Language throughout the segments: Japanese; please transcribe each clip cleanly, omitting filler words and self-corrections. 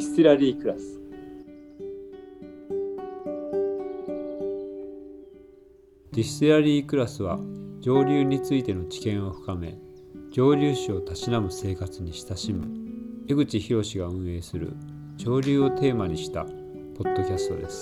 スティラリークラス。ディスティラリークラスは蒸留についての知見を深め、蒸留酒をたしなむ生活に親しむ江口博が運営する蒸留をテーマにしたポッドキャストです。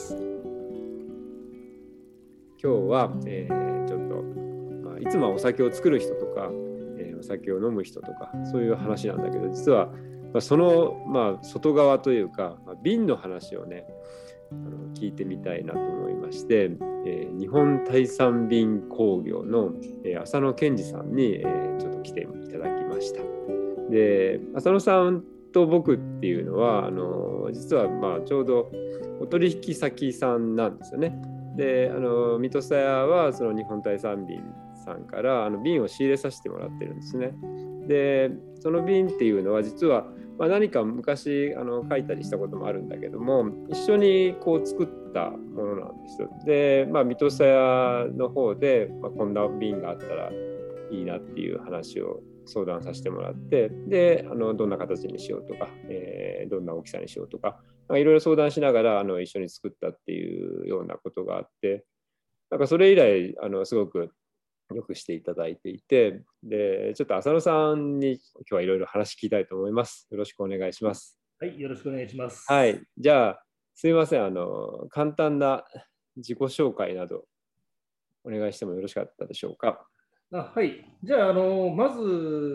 今日は、ちょっと、いつもはお酒を作る人とか、お酒を飲む人とかそういう話なんだけど、実は、その、外側というか、瓶の話をね聞いてみたいなと思いまして、日本大産瓶工業の、浅野健二さんに、ちょっと来ていただきました。で、浅野さんと僕っていうのは実はちょうどお取引先さんなんですよね。で、水戸佐屋はその日本大産瓶さんから瓶を仕入れさせてもらってるんですね。で、その瓶っていうのは実は何か昔書いたりしたこともあるんだけども、一緒にこう作ったものなんです。で、水戸佐屋の方で、こんな瓶があったらいいなっていう話を相談させてもらって、でどんな形にしようとか、どんな大きさにしようとか、いろいろ相談しながら一緒に作ったっていうようなことがあって、なんかそれ以来すごくよくしていただいていて、でちょっと浅野さんに今日はいろいろ話聞きたいと思います。よろしくお願いします。 はい、よろしくお願いします。 はい、じゃあすいません、簡単な自己紹介などお願いしてもよろしかったでしょうか。 はい、じゃあ、まず、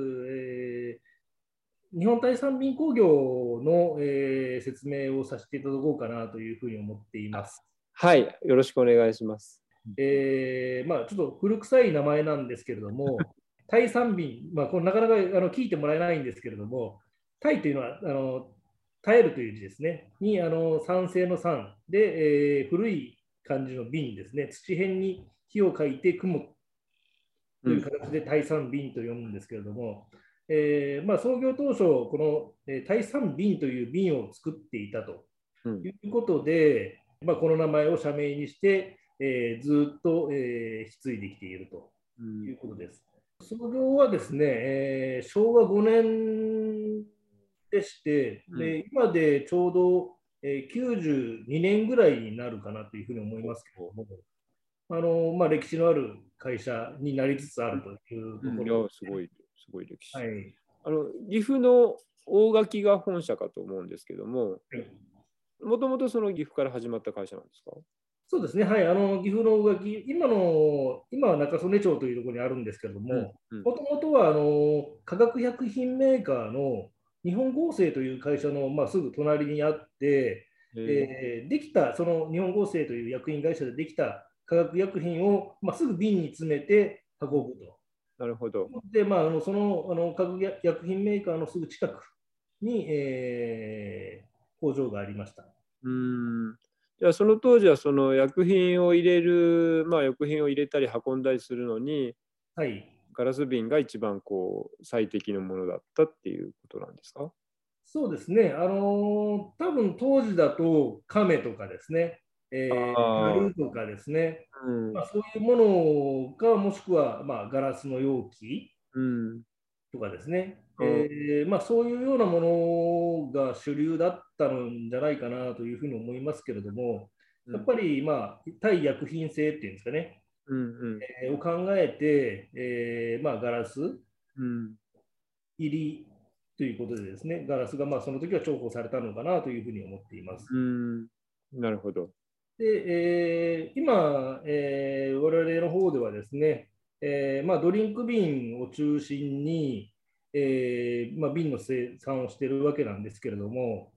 日本大産瓶工業の、説明をさせていただこうかなというふうに思っています。 はい、よろしくお願いします。 ちょっと古臭い名前なんですけれども、大産瓶、これなかなか聞いてもらえないんですけれども、大というのは耐えるという字ですね、に酸性の酸で、古い感じの瓶ですね、土辺に火を書いて雲という形で大産瓶と読むんですけれども、創業当初、この大産瓶という瓶を作っていたということで、この名前を社名にして、ずっと、引き継いできているということです。創業はですね、昭和5年でして、今でちょうど、92年ぐらいになるかなというふうに思いますけれども、歴史のある会社になりつつあるというところ、 いや、すごい歴史。 はい、 岐阜の大垣が本社かと思うんですけども、もともとその岐阜から始まった会社なんですか？ そうですね、はい、岐阜の大垣、今は中曽根町というところにあるんですけれども、もともとは化学薬品メーカーの日本合成という会社の、すぐ隣にあって、できた、その日本合成という薬品会社でできた化学薬品を、すぐ瓶に詰めて運ぶと。 なるほど。 で、その化学薬品メーカーのすぐ近くに、工場がありました。 じゃあその当時はその薬品を入れる、薬品を入れたり運んだりするのに、 はい、 ガラス瓶が一番こう最適のものだったっていうことなんですか？ そうですね、多分当時だと亀とかですね、樽とかですね、そういうものか、もしくは、ガラスの容器とかですね、そういうようなものが主流だったんじゃないかなというふうに思いますけれども、やっぱり、対薬品性っていうんですかね、を考えて、ガラス入りということでですね、ガラスがその時は重宝されたのかなというふうに思っています。 なるほど。 で、今、我々の方ではですね、ドリンク瓶を中心に、瓶の生産をしているわけなんですけれども、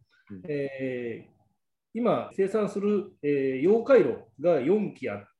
今、生産する、溶解炉が4基あって、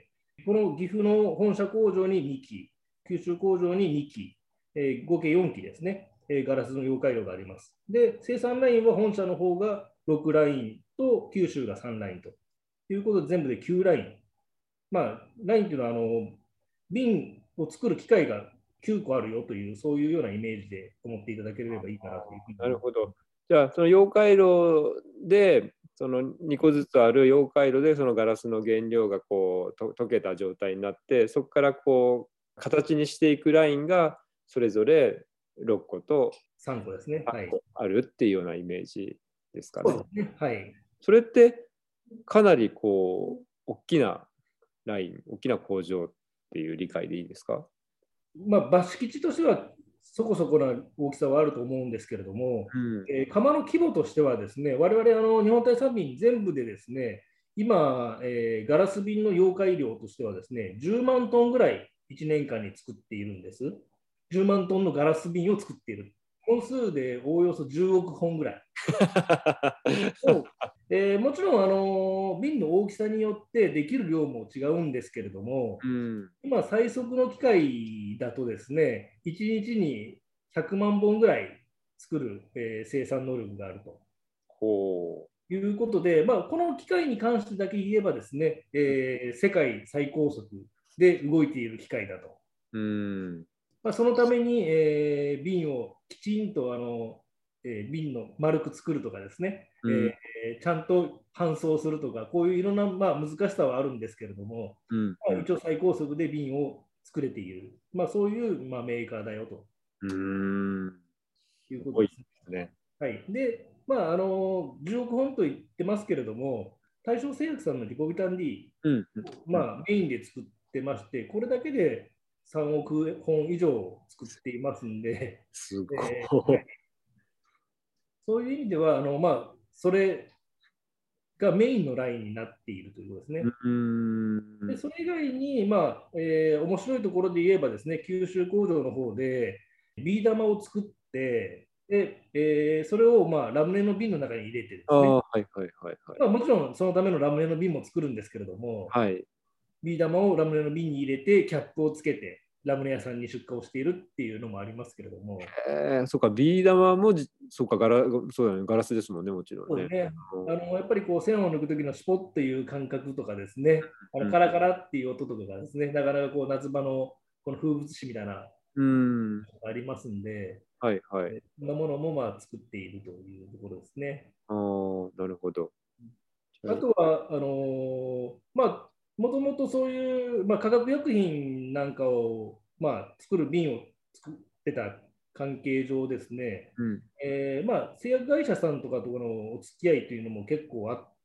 この岐阜の本社工場に2基、九州工場に2基、合計4基ですね、ガラスの溶解炉があります。で、生産ラインは本社の方が6ラインと九州が3ラインということで、全部で9ライン。ラインというのは瓶を作る機械が9個あるよという、そういうようなイメージで思っていただければいいかなというふうに。 なるほど。じゃあ、その溶解炉で、その2個ずつある溶解炉で、そのガラスの原料がこう溶けた状態になって、そこからこう形にしていくラインがそれぞれ6個と 3個ですね。はい。 あるっていうようなイメージ。 ですかね。 そうですね。はい。 それってかなりこう大きなライン、大きな工場っていう理解でいいですか？ まあ、場敷地としてはそこそこな大きさはあると思うんですけれども、 うん。 窯の規模としてはですね、我々日本体産瓶全部でですね、今、ガラス瓶の溶解量としてはですね、10万トンぐらい1年間に作っているんです。10万トンのガラス瓶を作っている。本数でおおよそ10億本ぐらい。もちろん、瓶の大きさによってできる量も違うんですけれども、 うん。 今、最速の機械だとですね、1日に100万本ぐらい作る、生産能力があるとほいうことで、まあ、この機械に関してだけ言えばですね、世界最高速で動いている機械だと。 う。うん。 まあ、そのために、瓶をきちんと瓶の丸く作るとかですね、 うん。 ちゃんと搬送するとか、こういういろんな、まあ、難しさはあるんですけれども、 うん。 まあ、一応最高速で瓶を作れている、まあ、そういう、まあ、メーカーだよとうん。 いうこと多いでです。 すね。 はい、で、まあ10億本と言ってますけれども、大正製薬さんのリポビタン D、 うん。うん。 まあ、メインで作ってまして、これだけで3億本以上作っていますんで、 すはい、 ごい。 そういう意味では、まあ、それがメインのラインになっているということですうね。で、 ん。 それ以外に、まあ面白いところで言えばですね、九州工場の方でビー玉を作って、でそれを、まあ、ラムネの瓶の中に入れてですね、 ああ、はいはいはいはい。 まあ、もちろんそのためのラムネの瓶も作るんですけれども、 はい。 ビー玉をラムネの瓶に入れて、キャップをつけて、ラムネ屋さんに出荷をしているっていうのもありますけれども、 そうか、ビー玉もそうか、そうだね、ガラスですもんね、もちろんね。 そうですね。やっぱりこう線を抜くときのシュポッという感覚とかですね、 うん。 カラカラっていう音とかがですね、なかなかこう夏場のこの風物詩みたいなうん。 ありますんで、 はいはい。 そんなものもまあ作っているというところですね。 ああ、なるほど。 あとは、まあ、もともとそういう、まあ、化学薬品なんかを、まあ、作る瓶を作ってた関係上ですね、 うん。 まあ、製薬会社さんとかとのお付き合いというのも結構あって、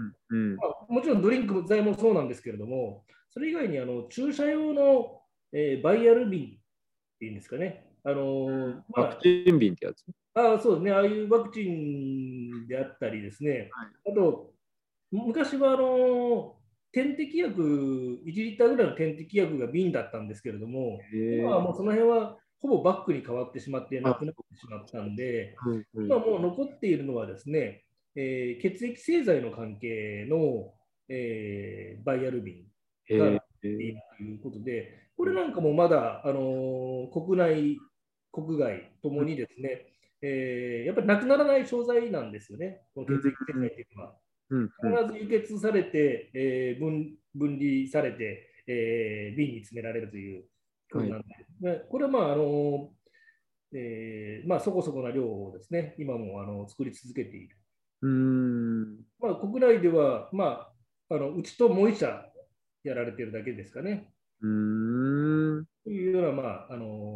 うん。うん。 まあ、もちろんドリンク剤もそうなんですけれども、それ以外に注射用の、バイアル瓶っていうんですかね、まあ、 ワクチン瓶ってやつ。 そうですね、ああいうワクチンであったりですね、 はい。 あと、昔は点滴薬、1リッターぐらいの点滴薬が瓶だったんですけれども、今へえ。 はもうその辺はほぼバッグに変わってしまってなあ、 くなってしまったんで、 うんうん。 今もう残っているのはですね、血液製剤の関係の、バイアル瓶が残へっているえ。 ということで、こうん。 れなんかもまだ、国内、国外ともにですね、やっぱりなくならない商材なんですよね、この血液製剤というのは。 うん。うん。 必ず輸血されて、分離されて、瓶に詰められるというこはい。 となんで、これはまあまあ、そこそこな量をですね、今も作り続けている。 うーん。 まあ、国内では、まあ、うちともう一社やられているだけですかね。 うーん。 というような、まあ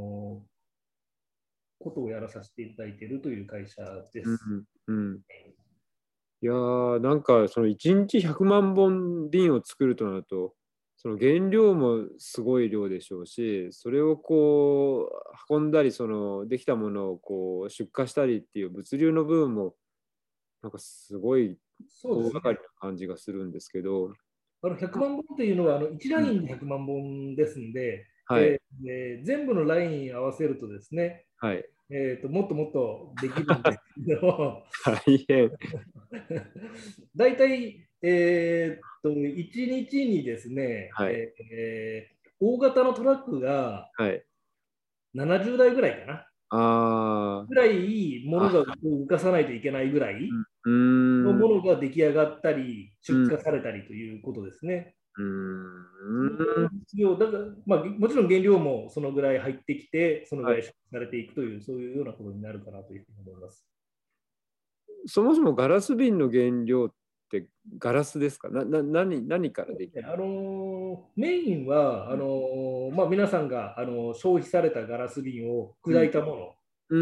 ことをやらさせていただいているという会社でうん。 す。 うん。いやー、なんかその1日100万本瓶を作るとなると、その原料もすごい量でしょうし、それをこう運んだり、そのできたものをこう出荷したりっていう物流の部分もなんかすごいそうですね。 大掛かりな感じがするんですけど、 100万本というのは1ラうん、 インで100万本ですんで、 はい、 全部のライン合わせるとですね、 はい、 もっともっとできるんですけど、 大変、 大体、1日にですね、 はい、 大型のトラックがはい、 70台ぐらいかな、 あぐらいもあ、 のが動かさないといけないぐらいうん、うーん、 のものが出来上がったり、 うん、 出荷されたりということですね。 うーん、 だから、まあ、もちろん原料もそのぐらい入ってきて、そのぐはい。 らい出荷されていくという、そういうようなことになるかなというふうに思います。 そもそもガラス瓶の原料ってガラスですか？何からできる？ メインは、まあ、皆さんが消費されたガラス瓶をうん、 砕いたものうん。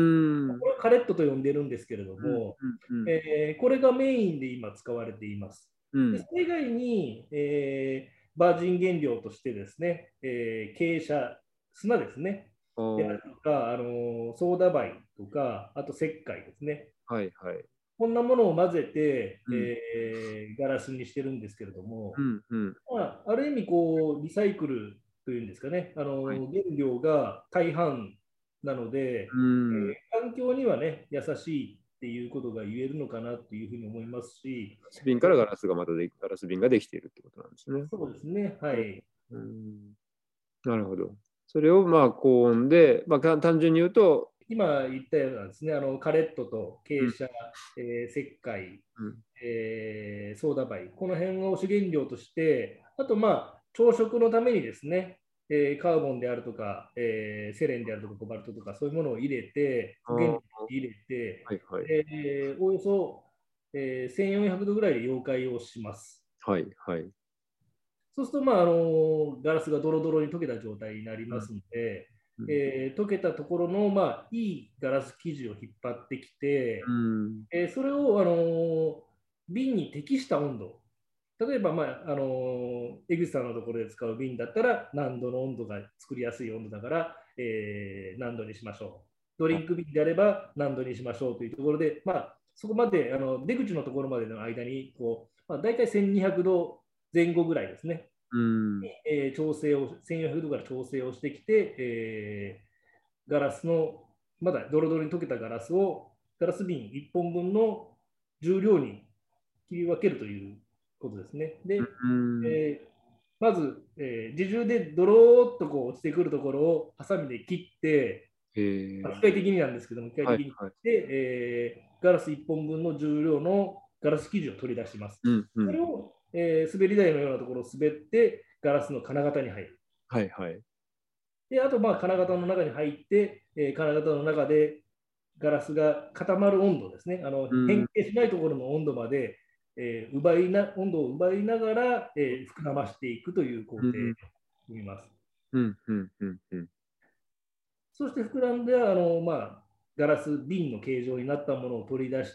これはカレットと呼んでるんですけれどうん。 も、 うん。 これがメインで今使われています。でそうん。 れ以外に、バージン原料としてですね、傾斜、砂ですね、であおー。 るとか、ソーダ灰とか、あと石灰ですね。 はいはい。 こんなものを混ぜて、 うん。 ガラスにしてるんですけれども、 うん。うん。 ある意味こう、リサイクルというんですかね、 はい。 原料が大半なので、 うん。 環境にはね、優しいっていうことが言えるのかなというふうに思いますし、 ガラス瓶からガラスがまたで、ガラス瓶ができているってことなんですね。 そうですね、はうん。 い。 うん。なるほど。それをまあ高温で、まあ、単純に言うと、 今言ったようなですね、カレットとうん。 傾斜、石灰、 うん。 ソーダ灰、この辺を主原料として、あと、まあ、朝食のためにですね、カーボンであるとか、セレンであるとか、コバルトとか、そういうものを入れて、 あ副原料にあ、 入れて、 はいはい。 およそ、1400度ぐらいで溶解をします。 はいはい。 そうすると、まあ、ガラスがドロドロに溶けた状態になりうん。 ますので、 うん。 溶けたところの、まあ、いいガラス生地を引っ張ってきうて、 ん。 それを、瓶に適した温度、例えば、まあ、江口さんのところで使う瓶だったら、何度の温度が作りやすい温度だから、何度にしましょう。ドリンク瓶であれば何度にしましょうというところで、まあ、そこまで出口のところまでの間にこう、まあ、大体1200度前後ぐらいですね、 うん。 調整を、1400度から調整をしてきて、ガラスの、まだドロドロに溶けたガラスを、ガラス瓶1本分の重量に切り分けるということですね。で、 うん。 まず、自重でドローっとこう落ちてくるところをハサミで切って、 へまあ、機え。 械的になんですけども、機械的に切はいはい。 って、ガラス1本分の重量のガラス生地を取り出します。 うんうん。 それを、滑り台のようなところを滑って、ガラスの金型に入る。 はいはい。 で、あと、まあ、金型の中に入って、金型の中でガラスが固まる温度ですね、 うん。 変形しないところの温度まで、温度を奪いながら、膨らましていくという工程をうん。 踏みます。 うんうんうんうん。 そして膨らんで、まあ、ガラス瓶の形状になったものを取り出して、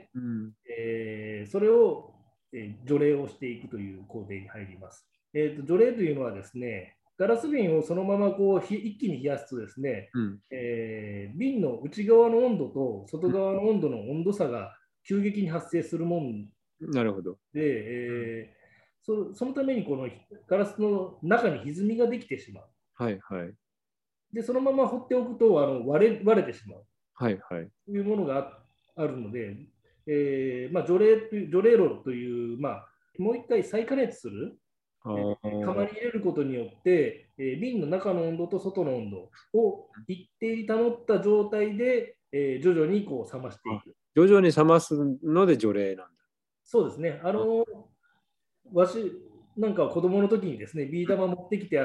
うん。 それを、除冷をしていくという工程に入ります。除冷というのはですね、ガラス瓶をそのままこう一気に冷やすとですね、 うん。 瓶の内側の温度と外側の温度の温度差が急激に発生するもんなるほど。 で、 うん。 そのためにこのガラスの中に歪みができてしまう。 はいはい。 で、そのまま放っておくと割れてしまうはいはい。 というものがあるので、まあ、除冷炉という、まあ、もう一回再加熱する、 ああ。 釜に入れることによって、瓶の中の温度と外の温度を一定に保った状態で、徐々にこう冷ましていあ、 く。 徐々に冷ますので除冷なんだ。 そうですね。わしなんか子供の時にですね、ビー玉持ってきて、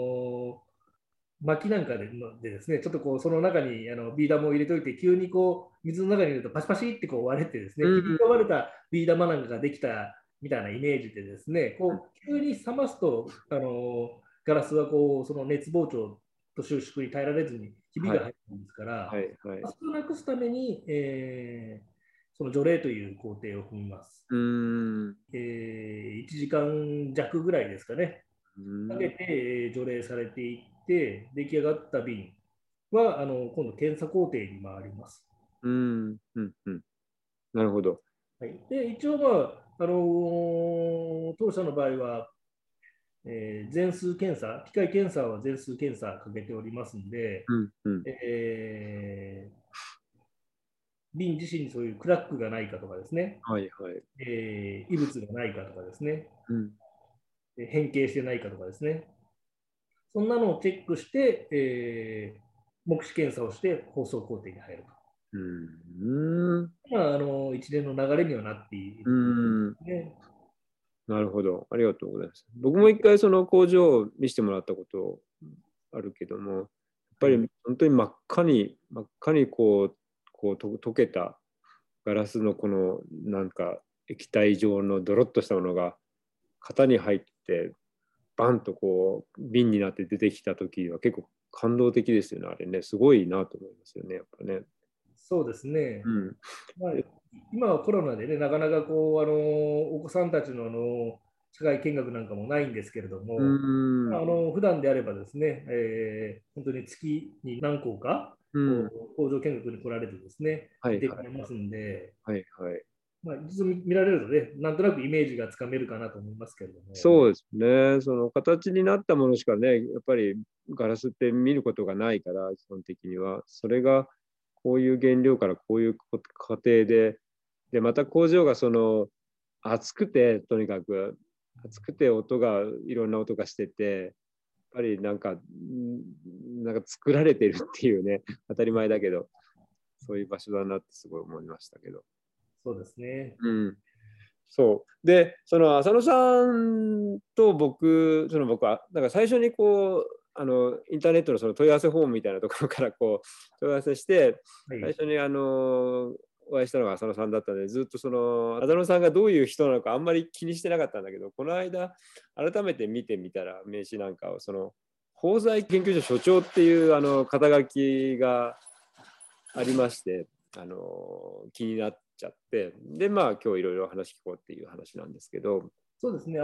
薪なんかでですね、ちょっとこうその中にビー玉を入れといて、急にこう水の中に入れるとパシパシってこう割れてですね、ひびうん。 が割れたビー玉なんかができたみたいなイメージでですね、こう急に冷ますと、ガラスはこうその熱膨張と収縮に耐えられずにひびはいが入るんですから、 はいはい。 それをなくすために、その除冷という工程を踏みます。 うーん。 1時間弱ぐらいですかね。 うかけーん。 て除冷されていって、出来上がった瓶は今度検査工程に回ります。 うん。うん。うん。なるほど。 はい、で一応、まあ当社の場合は、全数検査、機械検査は全数検査かけておりますので、 うん。うん。 瓶自身にそういうクラックがないかとかですね、 はいはい。 異物がないかとかですね、 うん。 変形してないかとかですね、そんなのをチェックして、目視検査をして包装工程に入ると。 うーん。 まあ、一連の流れにはなっていうると思ーん。 うんですね。 なるほど。ありがとうございます。僕も一回その工場を見せてもらったことあるけども、やっぱはい。 り本当に真っ赤にこう溶けたガラスのこのなんか液体状のドロッとしたものが型に入ってバンとこう瓶になって出てきた時は結構感動的ですよね、あれね。すごいなと思いますよね、やっぱね。 そうですね。 うん。 まあ、今はコロナでね、なかなかこう、お子さんたちの社会見学なんかもないんですけれどうも、 ん。 普段であればですね、本当に月に何校か、 うん。 工場見学に来られてですね、見てはいはい。 くれますんで、 はいはい。 まあ、一度見られるとね、なんとなくイメージがつかめるかなと思いますけれども。 そうですね。その形になったものしかね、やっぱりガラスって見ることがないから、基本的には。それがこういう原料からこういう過程で、で、また工場がその熱くて、とにかく熱くて音がいろんな音がしてて、やっぱりなんか作られてるっていうね、当たり前だけど、そういう場所だなってすごい思いましたけど。 そうですね。 うん。そう。で、その浅野さんと僕は、だから最初にインターネットのその問い合わせフォームみたいなところから問い合わせして、 はい。 最初にお会いしたのが浅野さんだったので、ずっとその浅野さんがどういう人なのかあんまり気にしてなかったんだけど、この間、改めて見てみたら、名刺なんかを、鋼材研究所所長っていう肩書きがありまして、気になっちゃって、で、まあ、今日いろいろ話聞こうっていう話なんですけど、 そうですね。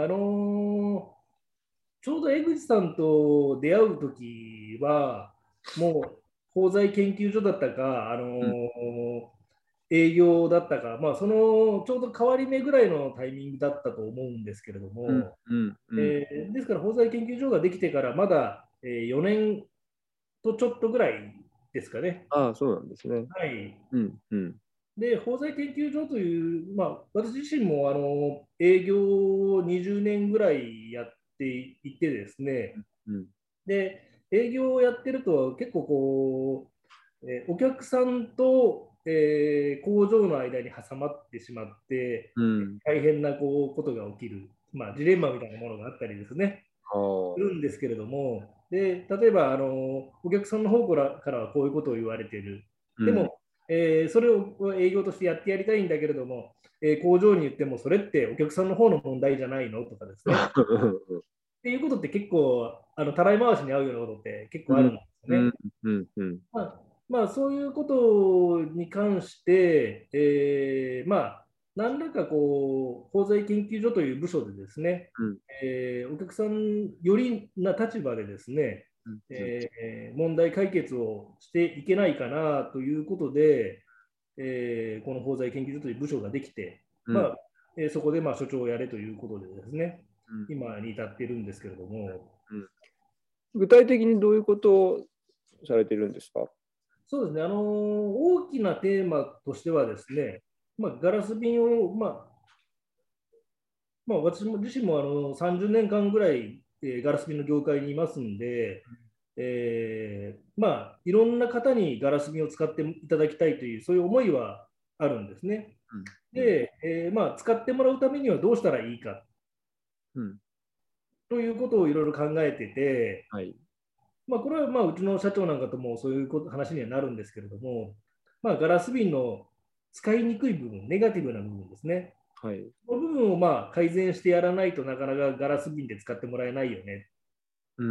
ちょうど江口さんと出会うときは、もう鋼材研究所だったか、 うん、 営業だったか、まあ、そのちょうど変わり目ぐらいのタイミングだったと思うんですけれどうん、 も、 うん、うん。 ですから、鋼材研究所ができてからまだ、4年とちょっとぐらいですかね。 ああ、そうなんですね。 はい。 うん、うん、 で、鋼材研究所という、まあ、私自身も営業を20年ぐらいやっていてですね、 うん、 で、営業をやってると結構お客さんと、工場の間に挟まってしまって、 うん。 大変なことが起きる、まあ、ジレンマみたいなものがあったりですね、 ああ、 するんですけれども、で例えばお客さんの方からはこういうことを言われている。 うん。 でも、それを営業としてやってやりたいんだけれども、工場に言ってもそれってお客さんの方の問題じゃないのとかですね。っていうことって結構、たらい回しに合うようなことって結構あるんでうん、うん、 すよね。 うん、うん、 まあ、そういうことに関して、まあ、何らか鋼材研究所という部署でですね、 うん、 お客さんよりな立場でですね、 うん、 問題解決をしていけないかなということで、この鋼材研究所という部署ができて、 うん、 まあそこでまあ所長をやれということでですね、 うん、 今に至っているんですけれども、 うん。具体的にどういうことをされてるんですか？ そうですね、大きなテーマとしてはですね、まあ、ガラス瓶を、私も自身も30年間ぐらい、ガラス瓶の業界にいますんで、まあ、いろんな方にガラス瓶を使っていただきたいという、そういう思いはあるんですね。 うん、うん、 で、まあ、使ってもらうためにはどうしたらいいかうん。 ということをいろいろ考えてて、 はい。 まあ、これはまあうちの社長なんかともそういう話にはなるんですけれども、まあ、ガラス瓶の使いにくい部分、ネガティブな部分ですね。 はい。 この部分をまあ改善してやらないとなかなかガラス瓶で使ってもらえないよねうん。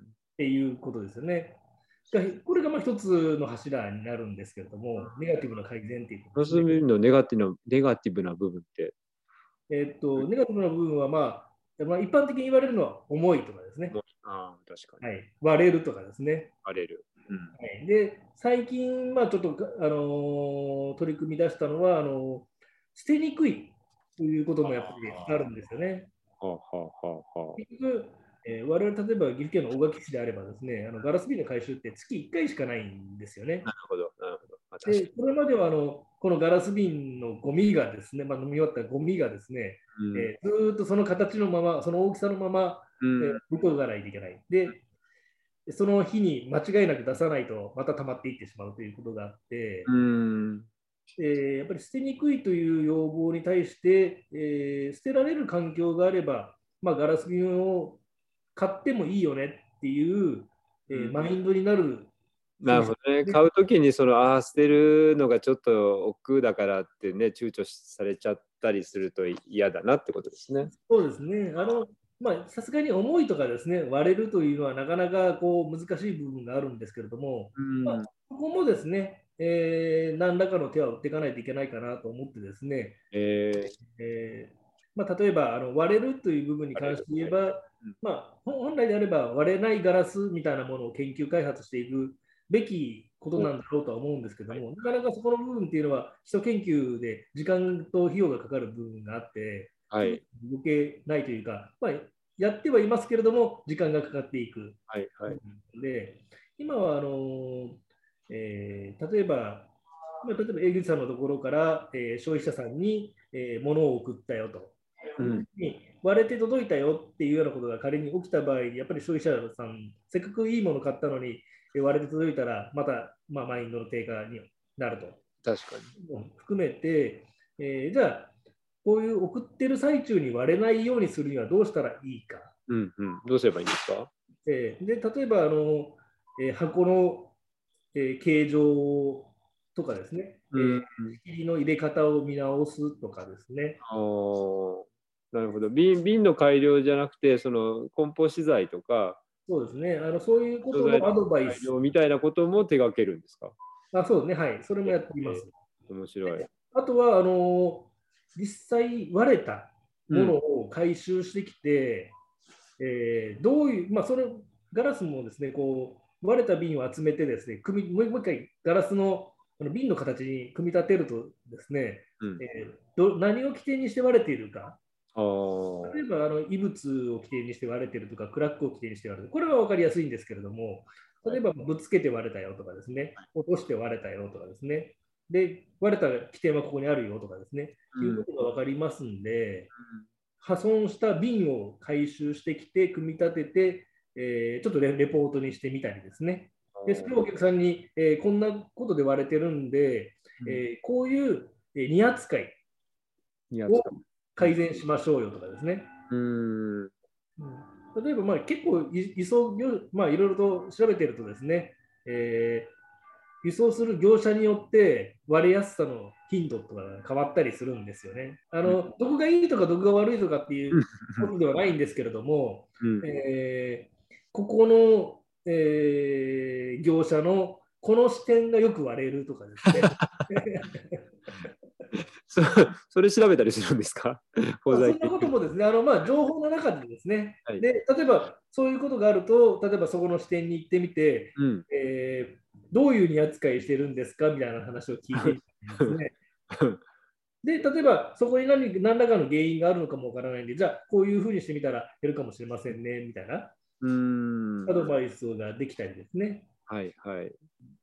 っていうことですよね。これがまあ一つの柱になるんですけれども、ネガティブな改善っていうことガラですね。 ス瓶のネガティブな部分って、 ネガティブな部分は、まあ、一般的に言われるのは重いとかですね。 ああ、確かに。 はい、割れるとかですね。 荒れる。うん。 はい、で、最近、まあ、ちょっと、取り組み出したのは、捨てにくいということもやっぱりあるんですよね。 はあ、はあ、はあ、はあ。 結局、我々、例えば岐阜県の大垣市であればですね、ガラス瓶の回収って月1回しかないんですよね。 なるほど、なるほど。まあ、確かで、これまではこのガラス瓶のゴミがですね、まあ、飲み終わったゴミがですね、 に。 ずーっとその形のまま、その大きさのまま、 うん。うん。 向こうがないといけない。で、その日に間違いなく出さないと、また溜まっていってしまうということがあって、 うん。 やっぱり捨てにくいという要望に対して、捨てられる環境があれば、まあ、ガラス瓶を買ってもいいよねっていう、 うん。 マインドになるな消費者るほどね。 ですね。 買うときに捨てるのがちょっと億劫だからってね、躊躇されちゃったりすると嫌だなってことですね。 そうですね。 さすがに重いとかですね、割れるというのはなかなかこう難しい部分があるんですけれども、 うん。 ここもですね、何らかの手は打っていかないといけないかなと思ってですね、 えー、 例えば割れるという部分に関してあれる。はい。 言えば、 うん。 本来であれば割れないガラスみたいなものを研究開発していくべきことお、 なんだろうとは思うんですけどはい。 も、なかなかそこの部分っていうのは基礎研究で時間と費用がかかる部分があって、すぐはい。 動けないというか、やってはいますけれども、時間がかかっていく。 はい。はい。 で、今は例えば、例えば営業さんのところから、消費者さんに、物を送ったよと。 うん。 に割れて届いたよっていうようなことが仮に起きた場合に、やっぱり消費者さん、せっかくいいものを買ったのに、割れて届いたら、また、マインドの低下になると。 確かに。 含めて、じゃあ、こういう送ってる最中に割れないようにするにはどうしたらいいか。 うんうん。どうすればいいんですか？ で、例えば箱の、形状とかですね、 うん。 仕切りの入れ方を見直すとかですね。 ああ、なるほど。瓶の改良じゃなくて、その梱包資材とか、 そうですね。そういうことの素材のアドバイ改ス。 良みたいなことも手掛けるんですか？ そうですね。はい。それもやっていまえす。 面白い。 あとは、実際割れたものうん。 を回収してきて、どういう、それ、ガラスもですね、こう、割れた瓶を集めてですね、もう一回ガラスの瓶の形に組み立てるとですね、 うん。 何を起点にして割れているか、 ああ、 例えば異物を起点にして割れているとか、クラックを起点にして割れている、これは分かりやすいんですけれども、 はい。 例えばぶつけて割れたよとかですね、落として割れたよとかですね、で、割れた起点はここにあるよとかですね、 うん。 いうことが分かりますんで、破損した瓶を回収してきて、組み立てて、ちょっとレポートにしてみたりですね。で、それをお客さんに、こんなことで割れてるんで、 うん。 こういう荷扱いをいやつか。うん。 改善しましょうよとかですね。 うん。 例えば、結構輸送業、いろいろと調べてるとですね、輸送する業者によって割れやすさの頻度とかが変わったりするんですよね。 うん。 どこがいいとかどこが悪いとかっていうん。 うことではないんですけれども、 うん。 ここの、業者のこの視点がよく割れるとかですね。 そそれ調べたりするんですか？鋼そんな材研究。 こともですね、情報の中でですね、 はい。 で、例えばそういうことがあると、例えばそこの視点に行ってみて、 うん。 どういうに扱いしてるんですかみたいな話を聞いてみたりですね。で、例えばそこに何らかの原因があるのかもわからないんで、じゃあこういうふうにしてみたら減るかもしれませんね、みたいなうーん。 アドバイスができたりですね。 はいはい。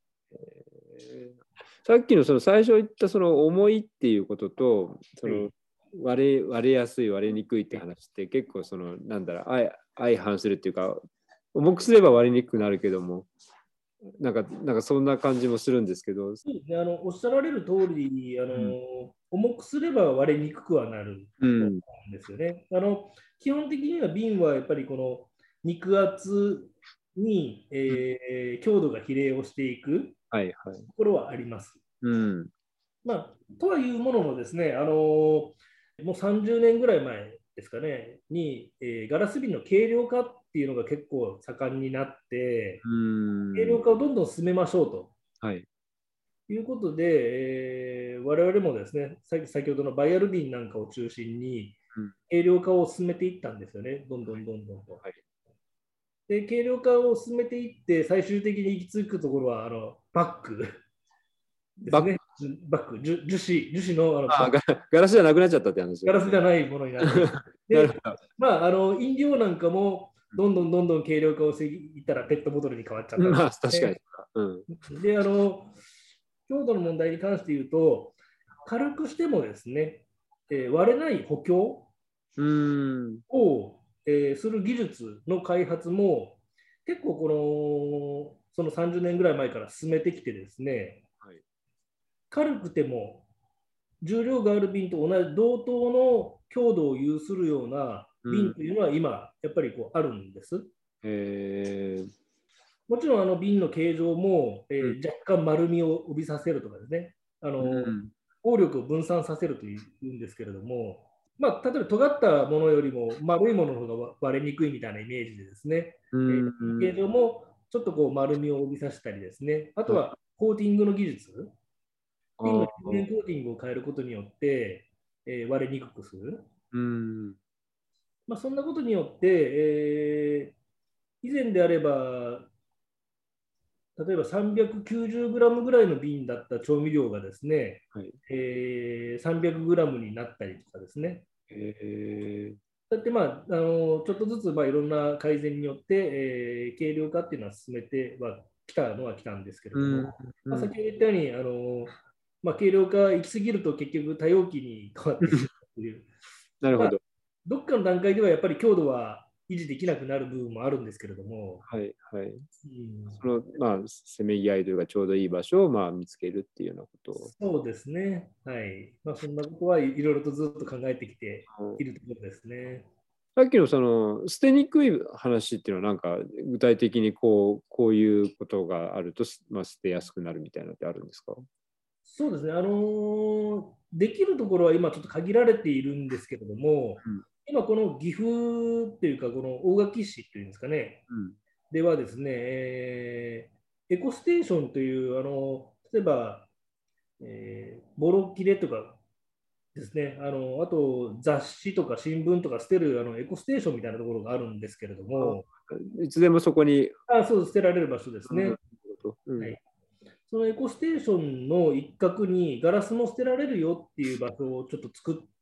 さっきのその最初言ったその重いっていうことと、そのはい。 割れやすい、割れにくいって話って結構そのなんだろう、相反するっていうか、重くすれば割れにくくなるけども、なんかそんな感じもするんですけど。 そうですね、おっしゃられる通り、 うん。 重くすれば割れにくくはなると思うん。 うんですよね。基本的には瓶はやっぱりこの肉厚に、強度が比例をしていくはいはい。 ところはあります。 うん。 とはいうもののですね、もう30年ぐらい前ですかね、に、ガラス瓶の軽量化っていうのが結構盛んになって、 うん。 軽量化をどんどん進めましょうと。 はい。 ということで、我々もですね、先ほどのバイアルビンなんかを中心に、 うん。 軽量化を進めていったんですよね、どんどんどんどんと。 はい。 で、軽量化を進めていって、最終的に行き着くところは、バッグですバック。 ね。バッグ、樹脂の、 あガラスじゃなくなっちゃったって話ガを。 ラスじゃないものになっていく。 なるほで、 ど。 飲料なんかも、どんどんどんどん軽量化をしていったら、ペットボトルに変わっちゃったんでまあ、確かに。 すね。 うん。 で、強度の問題に関して言うと、軽くしてもですね、割れない補強うん。 を、する技術の開発も、結構その30年ぐらい前から進めてきてですね、 はい。 軽くても重量がある瓶と同等の強度を有するようなうん。 瓶というのは今、やっぱりあるんです。 えー、 もちろん瓶の形状も、 うん。 若干丸みを帯びさせるとかですね、 うん。 応力を分散させるというんですけれども、 まあ、例えば尖ったものよりも丸いものの方が割れにくいみたいなイメージでですね、形状もちょっとこう丸みを帯びさせたりですね、あとはコーティングの技術、ピンの表面コーティングを変えることによって、割れにくくする。まあ、そんなことによって、以前であれば、例えば 390g ぐらいの瓶だった調味料がですね、 はい、 300g になったりとかですね。だって、まあ、ちょっとずつ、まあ、いろんな改善によって、軽量化っていうのは進めてはきたのは来たんですけれども、まあ、先ほど言ったように、まあ、軽量化行き過ぎると結局多容器に変わってしまうという。 なるほど。 まあ、どっかの段階ではやっぱり強度は維持できなくなる部分もあるんですけれども、 はいはい。そのまあせめぎ合いというかちょうどいい場所をまあ見つけるっていうようなことを。 そうですね。はい。まあ、そんなことはいろいろとずっと考えてきているところですね。 さっきのその捨てにくい話っていうのはなんか具体的にこういうことがあると、まあ、捨てやすくなるみたいなのってあるんですか？ そうですね。できるところは今ちょっと限られているんですけれども、今この岐阜っていうか、この大垣市っていうんですかね、ではですね、エコステーションという、例えば、ボロ切れとかですね、あと雑誌とか新聞とか捨てるエコステーションみたいなところがあるんですけれども、 いつでもそこに。 そう捨てられる場所ですね。はい、そのエコステーションの一角にガラスも捨てられるよっていう場所をちょっと作って、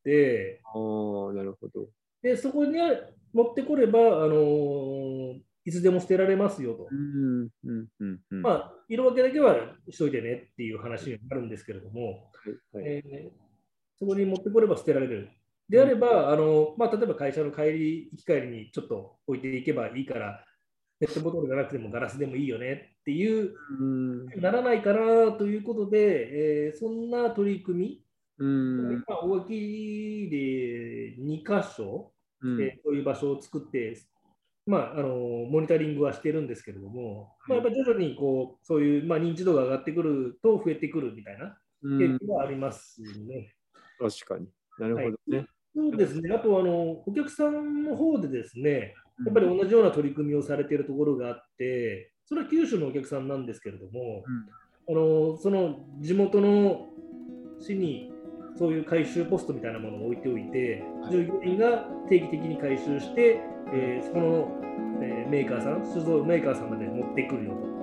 なるほど。 でそこに持ってこれば、いつでも捨てられますよと。まあ、色分けだけはしといてねっていう話になるんですけれども、そこに持ってこれば捨てられる。であれば、まあ、例えば会社の行き帰りにちょっと置いていけばいいから、ペットボトルがなくてもガラスでもいいよねっていうならないかなということで、そんな取り組み、今、大垣で2箇所、こういう場所を作って、まあ、モニタリングはしてるんですけれども、まあ、やっぱり徐々にこうそういう、まあ、認知度が上がってくると増えてくるみたいな傾向はありますね。 確かに。なるほどね。 そうですね。あとお客さんの方でですね、やっぱり同じような取り組みをされているところがあって、それは九州のお客さんなんですけれども、その地元の市にそういう回収ポストみたいなものを置いておいて、従業員が定期的に回収して、そこの、メーカーさん、酒造メーカーさんまで持ってくるよと。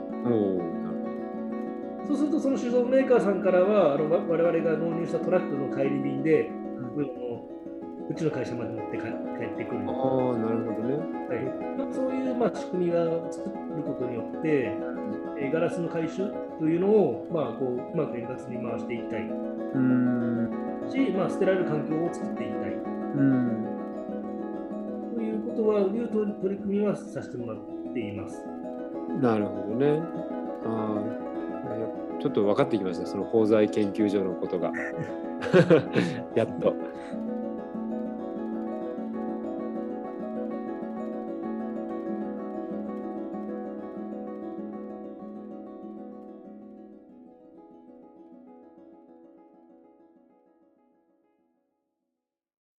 そうすると、その酒造メーカーさんからは、我々が納入したトラックの帰り便で、うちの会社まで持って帰ってくる。 なるほどね。 はい、そういう、まあ、仕組みが作ることによって、ガラスの回収というのを、まあ、こううまく円滑に回していきたいし、まあ、捨てられる環境を作っていきたいということは、いう取り組みはさせてもらっています。 なるほどね。ちょっと分かってきました、その包材研究所のことが。やっと。